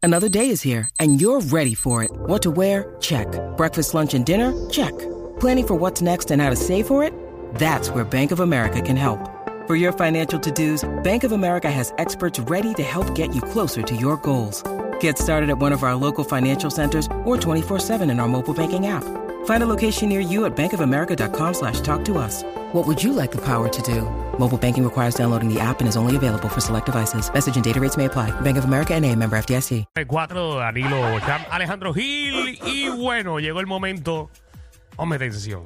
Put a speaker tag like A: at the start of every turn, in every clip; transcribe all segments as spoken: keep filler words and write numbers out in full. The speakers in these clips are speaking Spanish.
A: Another day is here, and you're ready for it. What to wear? Check. Breakfast, lunch, and dinner? Check. Planning for what's next and how to save for it? That's where Bank of America can help. For your financial to-dos, Bank of America has experts ready to help get you closer to your goals. Get started at one of our local financial centers or twenty-four seven in our mobile banking app. Find a location near you at bankofamerica.com slash talk to us. What would you like the power to do? Mobile banking requires downloading the app and is only available for select devices. Message and data rates may apply. Bank of America N A, member F D I C.
B: cuatro, Danilo, Cham, Alejandro Gil. Y bueno, llegó el momento. Hombre, atención.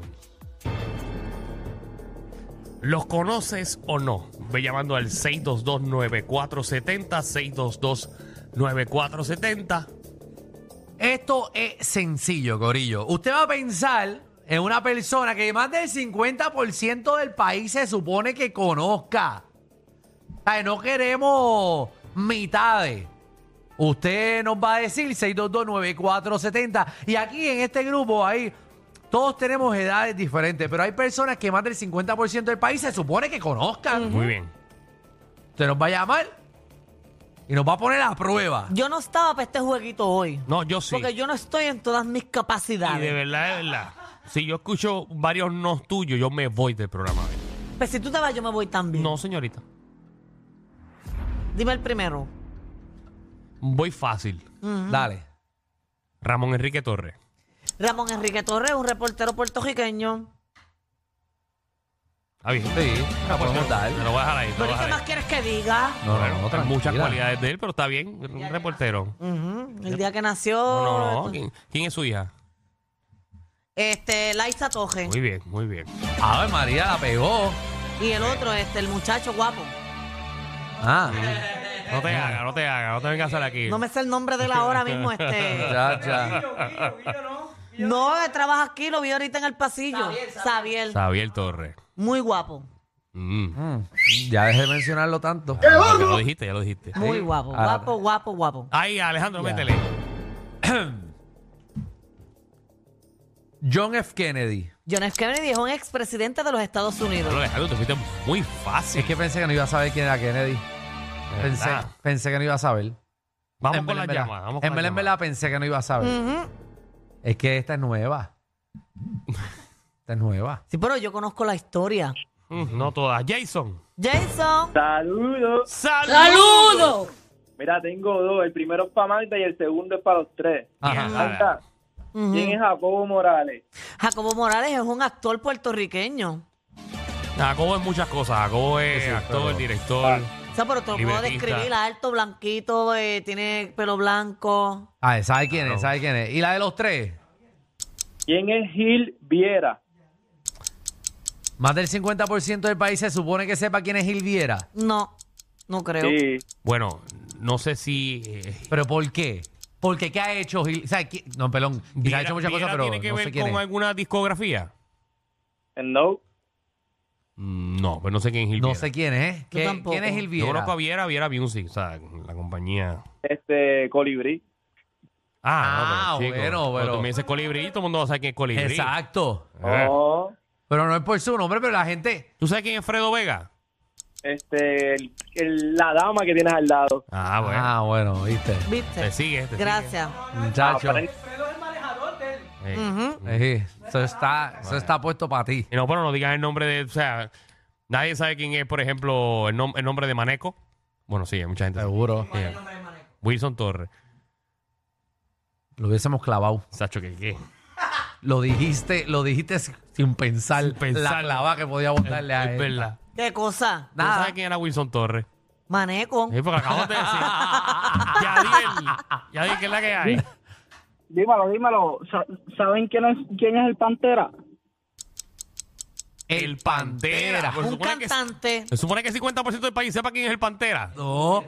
B: ¿Los conoces o no? Ve llamando al seis dos dos, nueve cuatro siete cero, seis dos dos, nueve cuatro siete cero.
C: Esto es sencillo, Corillo. Usted va a pensar en una persona que más del cincuenta por ciento del país se supone que conozca. O sea, no queremos mitades. Usted nos va a decir seis dos dos, nueve cuatro siete cero. Y aquí en este grupo hay... Todos tenemos edades diferentes, pero hay personas que más del cincuenta por ciento del país se supone que conozcan.
B: Muy bien.
C: Usted nos va a llamar y nos va a poner a prueba.
D: Yo no estaba para este jueguito hoy.
B: No, yo sí.
D: Porque yo no estoy en todas mis
B: Y
D: capacidades.
B: de verdad, de verdad. Si yo escucho varios no tuyos, yo me voy del programa.
D: Pues si tú te vas, yo me voy también.
B: No, señorita.
D: Dime el primero.
B: Voy fácil.
D: Mm.
C: Dale.
B: Ramón Enrique Torres.
D: Ramón Enrique Torres, un reportero puertorriqueño.
B: Ah, bien.
C: Sí, la podemos dar.
B: Me lo voy a dejar ahí. me lo
D: ¿Pero
B: voy a
D: qué
B: dejar
D: más
B: ahí.
D: quieres que diga?
C: No,
B: Bueno,
C: no, no,
B: hay muchas
C: tranquila.
B: cualidades de él, pero está bien. Un reportero.
D: Ujú. El día que nació.
B: No, no, no. ¿Quién, quién es su hija?
D: Este, Laisa Toje.
B: Muy bien, muy bien.
C: A ver, María la pegó.
D: Y el otro, este, el muchacho guapo.
C: Ah,
B: No te hagas, no te hagas, no te vengas a hacer aquí.
D: No me sé el nombre de él ahora mismo, este.
C: ya, ya.
D: No, él trabaja aquí, lo vi ahorita en el pasillo. Xavier.
B: Xavier Torres.
D: Muy guapo.
B: Mm.
C: Mm, ya dejé de mencionarlo tanto.
B: Ya lo dijiste, ya lo dijiste.
D: Muy
C: Sí.
D: guapo.
C: Ah.
D: Guapo, guapo, guapo.
B: Ahí, Alejandro,
C: Ya.
B: métele.
C: John F. Kennedy.
D: John F. Kennedy es un expresidente de los Estados Unidos.
B: Pero Alejandro, te fuiste muy fácil.
C: Es que pensé que no iba a saber quién era Kennedy.
B: De
C: Pensé,
B: verdad.
C: pensé que no iba a saber.
B: Vamos
C: En
B: con
C: verdad,
B: las
C: en verdad.
B: llamadas. Vamos
C: En
B: con
C: verdad,
B: las
C: en verdad pensé que no iba a saber.
D: Ujú.
C: Es que esta es nueva. Esta es nueva.
D: Sí, pero yo conozco la historia.
B: llamadas. Mm, no todas. Jason.
D: Jason.
E: Saludos.
B: ¡Saludos!
E: Mira, tengo dos. El primero es para Magda y el segundo es para los tres.
C: Ajá.
E: Magda,
D: Ujú.
E: ¿quién es Jacobo Morales?
D: Jacobo Morales es un actor puertorriqueño.
B: Jacobo es muchas cosas. Jacobo es
C: Sí, sí,
B: actor,
C: pero-
B: director.
D: O sea, pero te lo puedo
B: Libretista.
D: describir. Alto, blanquito, eh, tiene pelo blanco.
C: Ah, ¿sabe quién
B: Claro.
C: es? ¿Sabe quién es? ¿Y la de los tres?
E: ¿Quién es Gil Viera?
C: Más del cincuenta por ciento del país se supone que sepa quién es Gil Viera.
D: No, no creo.
E: Sí.
B: Bueno, no sé si... eh,
C: ¿Pero por qué? Porque ¿qué ha hecho Gil? O sea, ¿qué- no, perdón. Quizá ha
B: Viera-
C: hecho muchas
B: Viera
C: cosas, pero
B: ¿tiene que
C: no
B: ver
C: sé quién
B: con
C: es.
B: alguna discografía?
E: No.
B: Mm, No, pues no sé quién es Gil
C: No
B: Viera.
C: sé quién es. ¿Qué-
D: tampoco.
C: ¿Quién es Gil
B: Yo
C: Viera?
B: conozco a Viera, Viera Music, o sea, la compañía...
E: Este, Colibrí.
B: Ah,
C: Ah,
B: no, pero, chico,
C: bueno,
B: cuando
C: pero-
B: tú me dices Colibrí, todo el mundo va a saber quién es Colibrí.
C: Exacto.
B: Eh.
E: Oh,
C: Pero no es por su nombre, pero la gente...
B: ¿Tú sabes quién es Fredo Vega?
E: este, el- el- la dama que tienes al lado.
B: Ah, bueno.
C: Ah, bueno, viste.
D: ¿Viste?
B: Te sigue, te sigue.
D: Gracias.
C: Muchacho.
E: Ah, pero-
B: Eh.
D: Ujú.
C: Sí, eso está, eso está puesto para ti.
B: Y no, pero no digas el nombre de... O sea, nadie sabe quién es, por ejemplo, el, nom- el nombre de Maneco. Bueno, sí, hay mucha gente.
C: Seguro.
B: Sí. Wilson Torres.
C: Lo hubiésemos clavado.
B: Sacho, ¿qué qué?
C: Lo dijiste, lo dijiste sin pensar,
B: Sin pensar.
C: la clavada que podíamos darle a
B: Es
C: él.
B: verdad.
D: ¿Qué cosa?
B: ¿Tú
C: Nada.
B: sabes quién era Wilson Torres?
D: Maneco.
B: Sí, porque acabamos de decir. Yadiel. Yadiel, ¿qué es la que hay?
E: Dímelo, dímelo. Sa- ¿Saben quién es, quién es el Pantera?
C: El Pantera.
B: Pues se
D: Un
B: supone que-
D: cantante.
B: Se supone que el cincuenta por ciento del país sepa quién es el Pantera.
C: No.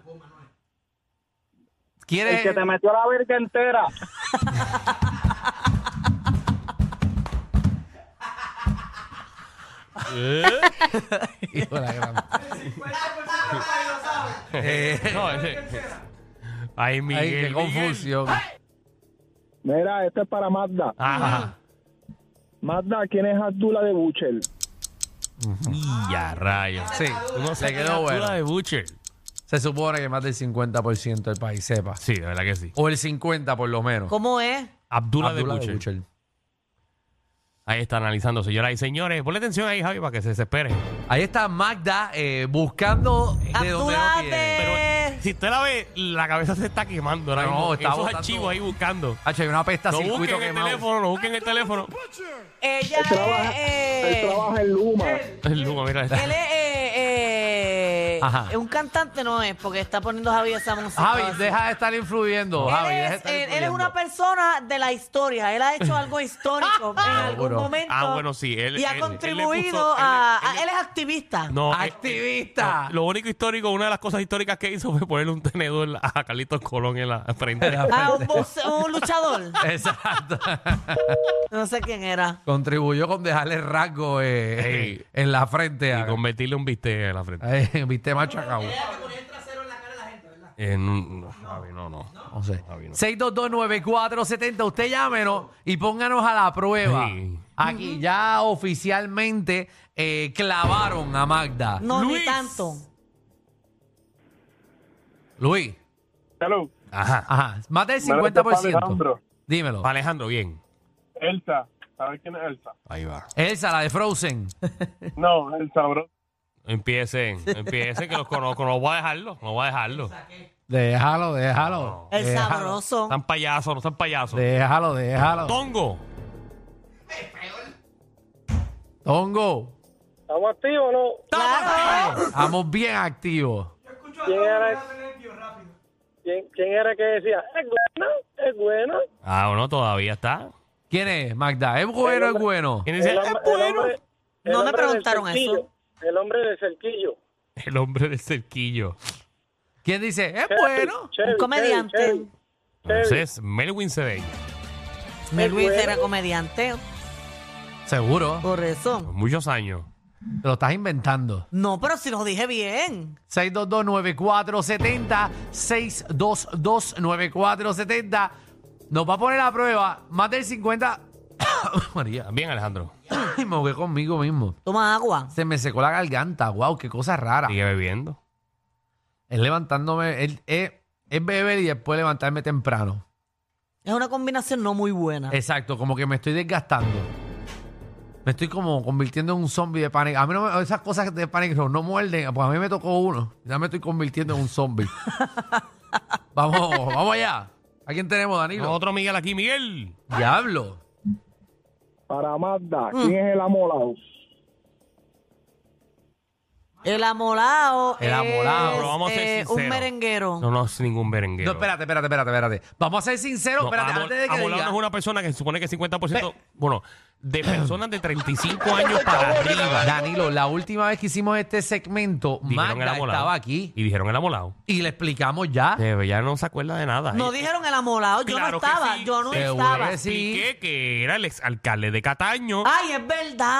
E: El
C: ¿Quieres?
E: que te metió la verga entera.
C: Hijo de la gran- Eh,
B: No, ese. Ay, Miguel.
C: Ay, qué
B: Miguel.
C: confusión.
E: Mira, este es para Magda.
B: Ajá.
E: Magda, ¿quién es Abdullah de Buchel?
B: Y a rayos.
C: Sí,
B: Tú no
C: se
B: sabes
C: quedó
B: quién es
C: bueno.
B: Abdullah de Butcher.
C: Se supone que más del cincuenta por ciento del país sepa.
B: Sí, de verdad que sí.
C: O el cincuenta por lo menos.
D: ¿Cómo es?
B: Abdullah,
C: Abdullah
B: de
C: de
B: Butcher.
C: Butcher.
B: Ahí está analizando, señoras y señores. Ponle atención ahí, Javi, para que se desespere.
C: Ahí está Magda eh, buscando de donde no
D: Abdullah
C: tiene.
D: de-
B: Pero si usted la ve, la cabeza se está quemando ahora
C: No,
B: mismo.
C: está
B: Esos
C: botando-
B: archivos ahí buscando.
C: Hacho, hay una pesta
B: No
C: circuito
B: busquen el
C: quemado.
B: teléfono, no busquen el teléfono.
D: Ella
E: trabaja-
D: es... eh,
E: Él trabaja en Luma.
B: El Luma, mira.
D: Él es eh, eh,
C: Ajá.
D: un cantante, no es, porque está poniendo Javi esa música.
C: Javi,
D: así.
C: deja de estar influyendo.
D: Él
C: Javi, deja de
D: es,
C: estar
D: él- él es
C: influyendo.
D: una persona de la historia. Él ha hecho algo histórico en algún
C: Seguro.
D: momento.
B: Ah, bueno, sí, él-
D: y ha
B: él- él le
D: contribuido
B: puso- él le-
D: a,
B: él
D: a-
B: le-
D: Él es activista.
B: No, eh,
C: Activista.
B: eh, no, lo único histórico, una de las cosas históricas que hizo fue ponerle un tenedor a Carlitos Colón en la frente.
D: Ah, un, boxe- un luchador.
C: Exacto.
D: No sé quién era.
C: Contribuyó con dejarle rasgo eh,
B: Ey.
C: en la frente.
B: Y
C: A,
B: convertirle un bistec en la frente.
C: eh, viste machacado.
B: Eh, no, Javi, no, no.
C: No sé.
B: Javi, no.
C: seis dos dos nueve cuatro siete cero. Usted llámenos y pónganos a la prueba.
B: Sí.
C: Aquí ya oficialmente eh, clavaron a Magda.
D: No,
B: Luis.
D: ni tanto.
C: Luis.
E: Hello.
B: Ajá.
C: Ajá. Más del
E: Mira,
C: cincuenta por
E: este es
C: ciento.
E: Alejandro.
C: Dímelo.
B: Alejandro, bien.
E: Elsa. ¿Sabes quién es Elsa?
B: Ahí va.
C: Elsa, la de Frozen.
E: No, Elsa, bro.
B: Empiecen, empiecen, que los conozco. No voy a dejarlo, no voy a dejarlo.
C: Déjalo, déjalo.
D: El
C: déjalo,
D: sabroso.
B: Están payasos, no están payasos.
C: Déjalo, déjalo.
B: Tongo.
C: Tongo.
E: ¿Estamos activos o no?
D: Claro.
C: Estamos bien activos.
E: ¿Quién era, ¿quién, ¿Quién era que decía, es bueno, es bueno?
B: Ah, bueno, todavía está.
C: ¿Quién es, Magda? ¿Es bueno o es bueno?
B: ¿Quién dice?
E: El
B: Es
E: hombre- el
B: bueno.
E: hombre- el
D: No me
E: hombre del
D: preguntaron
E: cerquillo.
D: eso.
E: El hombre del cerquillo.
B: El hombre del cerquillo.
C: ¿Quién dice? Es bueno.
E: Chevy,
D: Un comediante.
E: Chevy, Chevy.
B: Entonces, Melwin Cedeño.
D: Melvin
E: bueno.
D: era comediante.
C: Seguro.
D: Por eso.
B: Muchos años.
C: Te lo estás inventando.
D: No, pero si lo dije bien.
C: seis dos dos nueve cuatro siete cero. seis dos dos nueve cuatro siete cero. Nos va a poner a prueba más del cincuenta. María.
B: También, Alejandro.
C: Ay, me ahogué conmigo mismo.
D: Toma agua.
C: Se me secó la garganta. Wow, qué cosa rara.
B: Sigue bebiendo.
C: Es levantándome. Es, es, es beber y después levantarme temprano.
D: Es una combinación no muy buena.
C: Exacto, como que me estoy desgastando. Me estoy como convirtiendo en un zombie de Panic. A mí no me- esas cosas de Panic Room no muerden, pues a mí me tocó uno. Ya me estoy convirtiendo en un zombie. vamos, vamos allá. ¿A quién tenemos, Danilo?
B: Otro Miguel aquí, Miguel.
C: Diablo.
E: Para Magda, ¿quién es el amolado?
D: El amolao.
C: El amolao.
D: es,
B: Pero vamos a ser
D: eh,
B: sinceros.
D: un merenguero.
B: No, no es ningún berenguero.
C: No, espérate, espérate, espérate, espérate. Vamos a ser sinceros,
B: No,
C: espérate,
B: Amol-
C: antes de que
B: Amolado
C: diga.
B: no es una persona que se supone que cincuenta por ciento, bueno, de personas de treinta y cinco años para arriba.
C: Danilo, la última vez que hicimos este segmento,
B: Dijeron el
C: Magda
B: amolado.
C: estaba aquí
B: Y dijeron el amolado.
C: y le explicamos ya.
B: Eh, ya no se acuerda de nada.
D: No
B: Eh,
D: dijeron el amolao. Yo
B: Claro
D: no
B: que
D: estaba.
B: sí.
D: Yo no
C: Seguro
D: estaba.
C: que sí.
B: Expliqué que era el exalcalde de Cataño.
D: Ay, es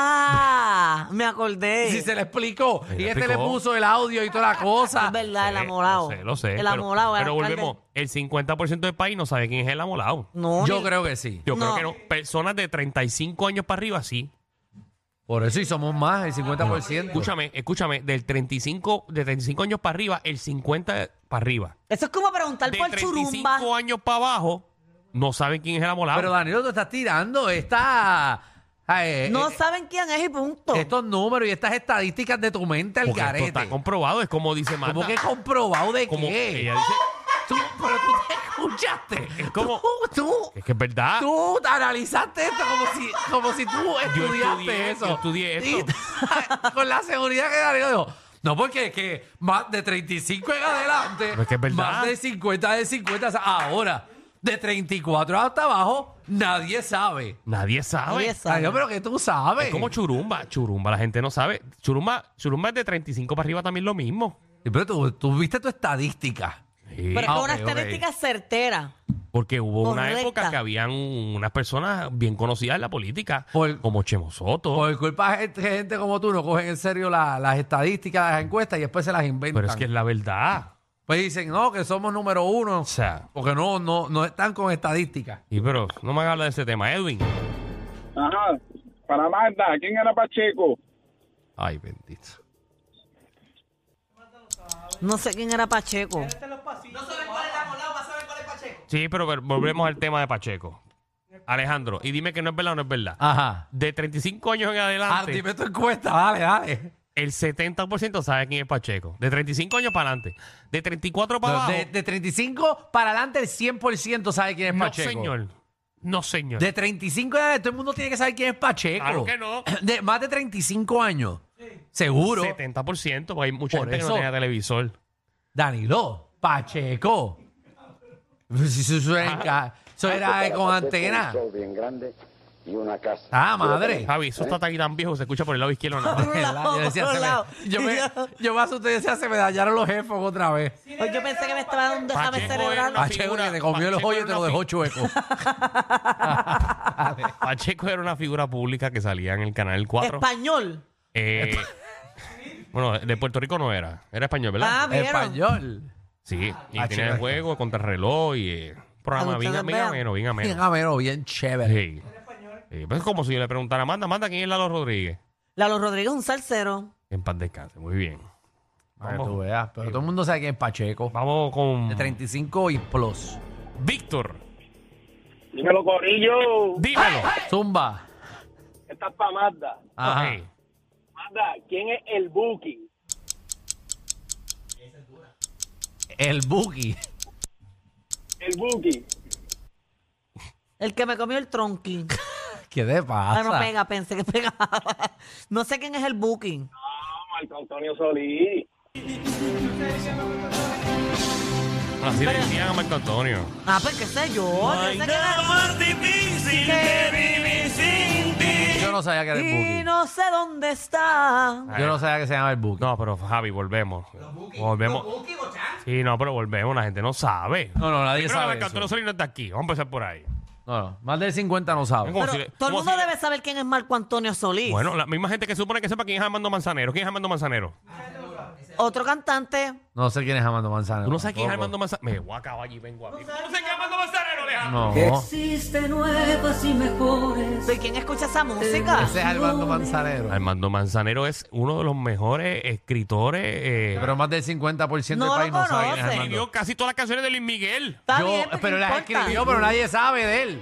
D: verdad. Me acordé.
C: Si se le explicó.
B: Se le
C: y este
B: explicó.
C: le puso el audio y toda la cosa.
D: Es verdad, el
B: Eh,
D: amolao.
B: Lo sé, lo sé.
D: El
B: pero-
D: amolao. el
B: Pero
D: alcalde.
B: volvemos. El cincuenta por ciento del país no sabe quién es el amolado.
D: No,
C: Yo
D: ni-
C: creo que sí.
B: Yo
D: No.
B: creo que no. Personas de treinta y cinco años para arriba, sí.
C: Por eso y somos más, el cincuenta por ciento.
B: Escúchame, escúchame. Del treinta y cinco, de treinta y cinco años para arriba, el cincuenta para arriba.
D: Eso es como preguntar
B: De
D: por
B: treinta y
D: churumba.
B: cinco años para abajo, no saben quién es el amolado.
C: Pero Danilo, tú estás tirando esta, eh,
D: No
C: eh,
D: saben quién es y punto.
C: estos números y estas estadísticas de tu mente al
B: Porque esto
C: garete.
B: está comprobado. Es como dice Marta.
C: ¿Cómo que comprobado de
B: Como
C: qué?
B: ella dice,
C: Tú, pero tú te escuchaste.
B: Es como-
C: Tú, tú,
B: es que es verdad.
C: tú analizaste esto como si, como si tú estudiaste
B: estudié,
C: eso.
B: yo estudié esto.
C: Y- con la seguridad que Danilo dijo. No, porque es que más de treinta y cinco en adelante,
B: Pero es que es verdad.
C: más de cincuenta de cincuenta, ahora de treinta y cuatro hasta abajo, nadie sabe.
B: Nadie sabe.
D: Nadie sabe.
C: Danilo, pero que tú sabes.
B: Es como churumba. Churumba, la gente no sabe. Churumba, churumba es de treinta y cinco para arriba también lo mismo.
C: Sí, pero tú, tú viste tu estadística.
B: Sí.
D: Pero es
C: Ah,
D: que una
C: ok, ok.
D: estadística certera.
B: Porque hubo una
D: Correcta.
B: época que habían unas personas bien conocidas en la política,
C: Por-
B: como Chemo Soto.
C: Por culpa de gente, gente como tú, no cogen en serio la- las estadísticas de las encuestas y después se las inventan.
B: pero es que es la verdad.
C: Pues dicen, no, que somos número uno.
B: O sea,
C: Porque no, no, no están con estadísticas.
B: y pero no me hagas hablar de ese tema, Edwin.
E: Ajá. Para Magda, ¿quién era Pacheco?
B: Ay, bendito.
D: No sé quién era Pacheco.
C: No saben cuál es la molao, vas a saber cuál es Pacheco.
B: Sí, pero ver- volvemos al tema de Pacheco. Alejandro, y dime que no es verdad o no es verdad.
C: Ajá.
B: De treinta y cinco años en
C: Ah,
B: adelante,
C: dime tu encuesta, dale, dale.
B: el setenta por ciento sabe quién es Pacheco. De treinta y cinco años para adelante. De treinta y cuatro para abajo.
C: De, de treinta y cinco para adelante, el cien por ciento sabe quién es
B: no,
C: Pacheco.
B: señor. No, señor.
C: De treinta y cinco en adelante, todo el mundo tiene que saber quién es Pacheco.
B: Claro que no.
C: De más de treinta y cinco años. Seguro.
B: setenta por ciento, porque hay mucha
C: Por
B: gente que
C: eso-
B: no tenía televisor.
C: Danilo, Pacheco. Eso, eso era, en ca- eso era con antena.
F: Un show bien grande y una casa.
C: Ah, madre.
B: Javi, eso está tan, tan viejo que se escucha por el lado izquierdo. nada más.
C: ¿Verdad? Yo, decía,
D: Por
C: se
D: un
C: me-
D: lado.
C: yo me, yo me asusté y decía, se me dañaron los jefes otra vez.
D: Oye, yo pensé que me estaba dando un desame
B: Pacheco
D: cerebral.
B: era una
C: Pacheco
B: figura-
C: que te comió el
B: Pacheco
C: hoyo y
B: era
C: te lo
B: una
C: dejó
B: fi-
C: chueco.
B: Pacheco era una figura pública que salía en el Canal cuatro.
D: Español.
B: Eh, bueno, de Puerto Rico no era. Era español, ¿verdad?
D: Ah, ¿vieron?
C: Español.
B: Sí, y
C: Ah,
B: tenía el
C: chévere.
B: juego contra el reloj y eh, un programa
D: Para que
B: bien,
D: ustedes
B: bien
D: vean.
B: ameno, bien ameno.
C: Bien ameno, bien chévere.
B: Sí. Sí, pues es como si yo le preguntara a Amanda, Amanda, ¿quién es Lalo Rodríguez?
D: Lalo Rodríguez, un salsero.
B: En paz descanse, muy bien.
C: Para que
B: Vamos.
C: tú veas. Pero todo el mundo sabe quién es Pacheco.
B: Vamos con
C: De treinta y cinco y plus.
B: Víctor.
E: Dímelo, Corillo.
B: Dímelo.
C: Zumba.
E: Esta es para Mazda.
C: Ajá.
B: Ok.
E: Mazda, ¿quién es el Buki?
C: El Buki.
E: El Buki.
D: El que me comió el tronqui.
C: ¿Qué te pasa?
D: Ah, no pega, pensé que pegaba. No sé quién es el booking.
E: No, Marco Antonio Solís.
B: Así le decían a Marco Antonio.
D: Ah, pues qué sé yo. Yo sé que era-
B: más difícil que vivir sin ti.
C: Yo no sabía que era el
D: Y
C: Buki.
D: no sé dónde está.
C: Yo no sabía que se llama el Buki.
B: No, pero Javi, volvemos. Volvemos. Sí, no, pero volvemos. La gente no sabe.
C: No, no, nadie
B: Primero que
C: sabe
B: Marco
C: eso.
B: Antonio Solís no está aquí. Vamos a empezar por ahí.
C: No, no. Más del cincuenta no sabe.
B: Como
D: Pero
B: si le-
D: todo el
B: como
D: mundo
B: si le-
D: debe saber quién es Marco Antonio Solís.
B: Bueno, la misma gente que supone que sepa quién es Armando Manzanero. ¿Quién es Armando Manzanero?
D: Otro cantante.
C: No sé quién es Armando Manzanero.
B: ¿Tú no sabes quién es
C: tampoco.
B: Armando Manzanero? Me voy a acabar y vengo a ti. ¿Tú no sabes quién es Armando Manzanero, Alejandro?
C: No.
G: Existen nuevas y mejores.
D: ¿Pero quién escucha esa música?
C: Ese es Armando Manzanero.
B: Armando Manzanero es uno de los mejores escritores. eh,
C: Pero más del cincuenta por ciento
D: No
C: del país
D: lo
C: no sabe quién es
D: conoce.
C: Armando.
B: escribió casi todas las canciones de Luis Miguel.
D: Está
C: Yo-
D: bien, pues,
C: pero
D: ¿qué
C: las
D: importa?
C: escribió, pero nadie sabe de él.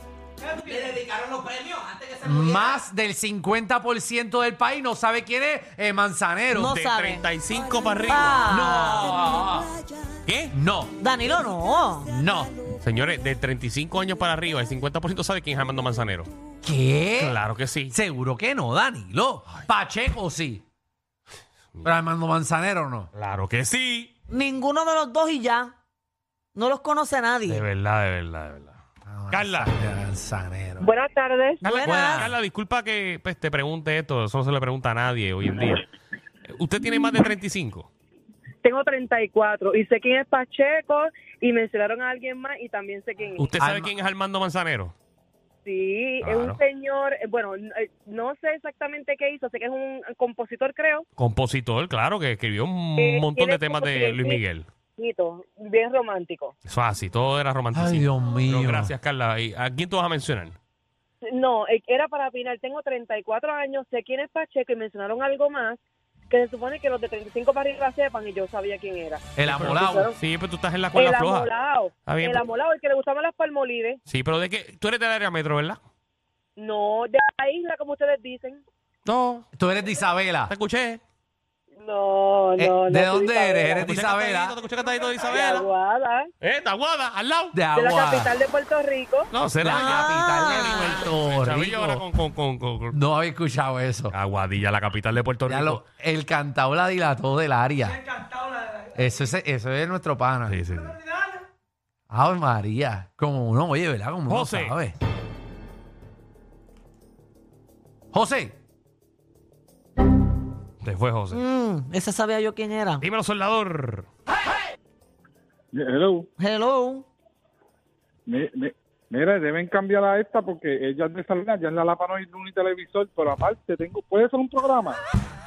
C: Más del cincuenta por ciento del país no sabe quién es eh, Manzanero.
D: No
B: De
D: sabe.
B: treinta y cinco para arriba.
D: Ah,
B: ¿Qué?
C: No,
D: Danilo no.
C: no.
B: Señores, de treinta y cinco años para arriba, el cincuenta por ciento sabe quién es Armando Manzanero.
C: ¿Qué?
B: Claro que sí.
C: Seguro que no, Danilo. Pacheco sí. Pero Armando Manzanero no.
B: Claro que sí.
D: Ninguno de los dos y ya. No los conoce
B: De
D: nadie.
B: verdad, de verdad, de verdad. Carla.
C: Manzanero.
E: Buenas tardes.
B: Carla,
D: Buenas.
B: Carla, disculpa que pues, te pregunte esto. Eso no se le pregunta a nadie hoy en día. ¿Usted tiene más de treinta y cinco?
H: Tengo treinta y cuatro y sé quién es Pacheco y mencionaron a alguien más y también sé quién es.
B: ¿Usted sabe
C: Alma-
B: quién es Armando Manzanero?
H: Sí, es
B: Claro.
H: un señor, eh, bueno, n- eh, no sé exactamente qué hizo, sé que es un compositor, creo,
B: Compositor, claro, que escribió un
H: Eh,
B: montón
H: tiene
B: de temas
H: como
B: de
H: que-
B: Luis Miguel.
H: bonito, bien romántico.
B: Eso así, todo era romanticismo.
C: Ay, Dios mío.
B: Pero gracias, Carla. ¿Y a quién tú vas a mencionar?
H: No, eh, era para opinar, tengo treinta y cuatro años, sé quién es Pacheco y mencionaron algo más que se supone que los de treinta y cinco para arriba sepan y yo sabía quién era.
C: El amolado.
B: Sí, pero tú estás en la cuerda
H: El
B: floja.
H: amolado,
B: Está bien,
H: el
B: pero-
H: amolado, el que le gustaban las palmolives.
B: Sí, pero de qué? Tú eres del área metro, ¿verdad?
H: No, de la isla, como ustedes dicen.
B: No.
C: Tú eres de Isabela.
B: Te escuché.
H: No,
C: Eh,
H: no, no.
C: ¿de
H: soy
C: dónde
H: Isabela.
C: eres? ¿Eres
B: Te
C: de
B: escuché
C: Isabela?
B: cantadito, te escuché cantadito de
H: De
B: Isabela.
H: Aguada,
B: Eh, de Aguada, al lado.
C: De
H: de la
C: agua.
H: capital de Puerto Rico.
B: No,
C: La
B: será.
C: capital de Puerto
B: Chavillo ahora
C: Rico.
B: con, con, con, con- con-
C: No había escuchado eso.
B: Aguadilla, la capital de Puerto
C: Ya
B: Rico.
C: lo, el cantado la dilató del área. Eso es, eso es nuestro pana.
B: Sí, sí, sí.
C: Ave María. Como uno, oye, ¿verdad? Como uno
B: José.
C: sabe. José.
B: Te fue, José.
D: Mm, ese sabía yo quién era.
B: Dímelo, soldador.
E: Hello.
D: Hello.
E: Mi- mi- Mira, deben cambiar a esta porque ella es de Salinas, ya en la Lapa no hay ni televisor, pero aparte tengo, ¿puede ser un programa?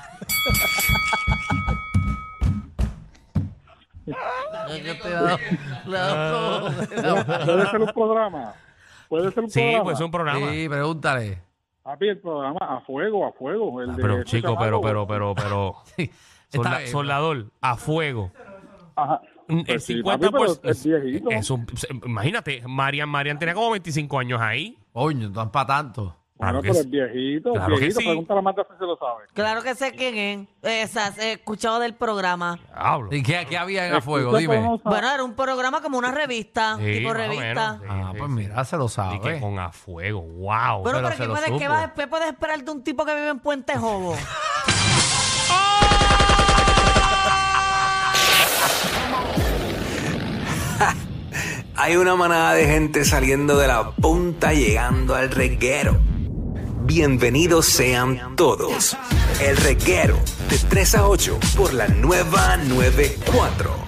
C: Yo te he dado- le he dado- le he dado-
E: Puede ser un programa. Puede ser un
B: Sí,
E: programa.
B: pues es un programa.
C: Sí, pregúntale.
E: Papi, el programa a fuego, a fuego. El
B: Ah,
E: de
B: pero,
E: este
B: chico,
E: chamaco.
B: pero, pero, pero, pero.
C: Sí. Está
B: Solda-
C: bien.
B: soldador, a fuego.
E: Ajá.
B: El
E: Pues sí,
B: cincuenta
E: papi,
B: por
E: pero es viejito.
B: es un- imagínate, Marian, Marian tenía como veinticinco años ahí.
C: Coño, no es para tanto.
B: Claro
E: Bueno,
B: que
E: pero
B: sí.
E: es viejito,
B: Claro que
E: viejito.
B: sí.
E: Pregúntale a Marta si se lo sabe.
D: Claro que sé quién es. Esas, he escuchado del programa.
B: Diablo.
C: ¿Y qué, qué había en A Fuego?
E: Escucha,
C: Dime.
E: no sabe.
D: Bueno, era un programa como una revista,
B: Sí,
D: tipo
B: más o
D: revista.
B: menos, sí,
C: Ah,
B: sí,
C: pues
B: sí.
C: mira, se lo
B: Y que
C: sabe.
B: con a fuego, wow.
D: Bueno,
C: Pero
D: pero,
C: se
D: ¿qué,
C: lo
D: puedes, ¿qué,
C: supo.
D: vas- qué puedes esperar de un tipo que vive en Puente Jobo?
I: Hay una manada de gente saliendo de la punta llegando al reguero. Bienvenidos sean todos. El reguero de tres a ocho por la nueva noventa y cuatro.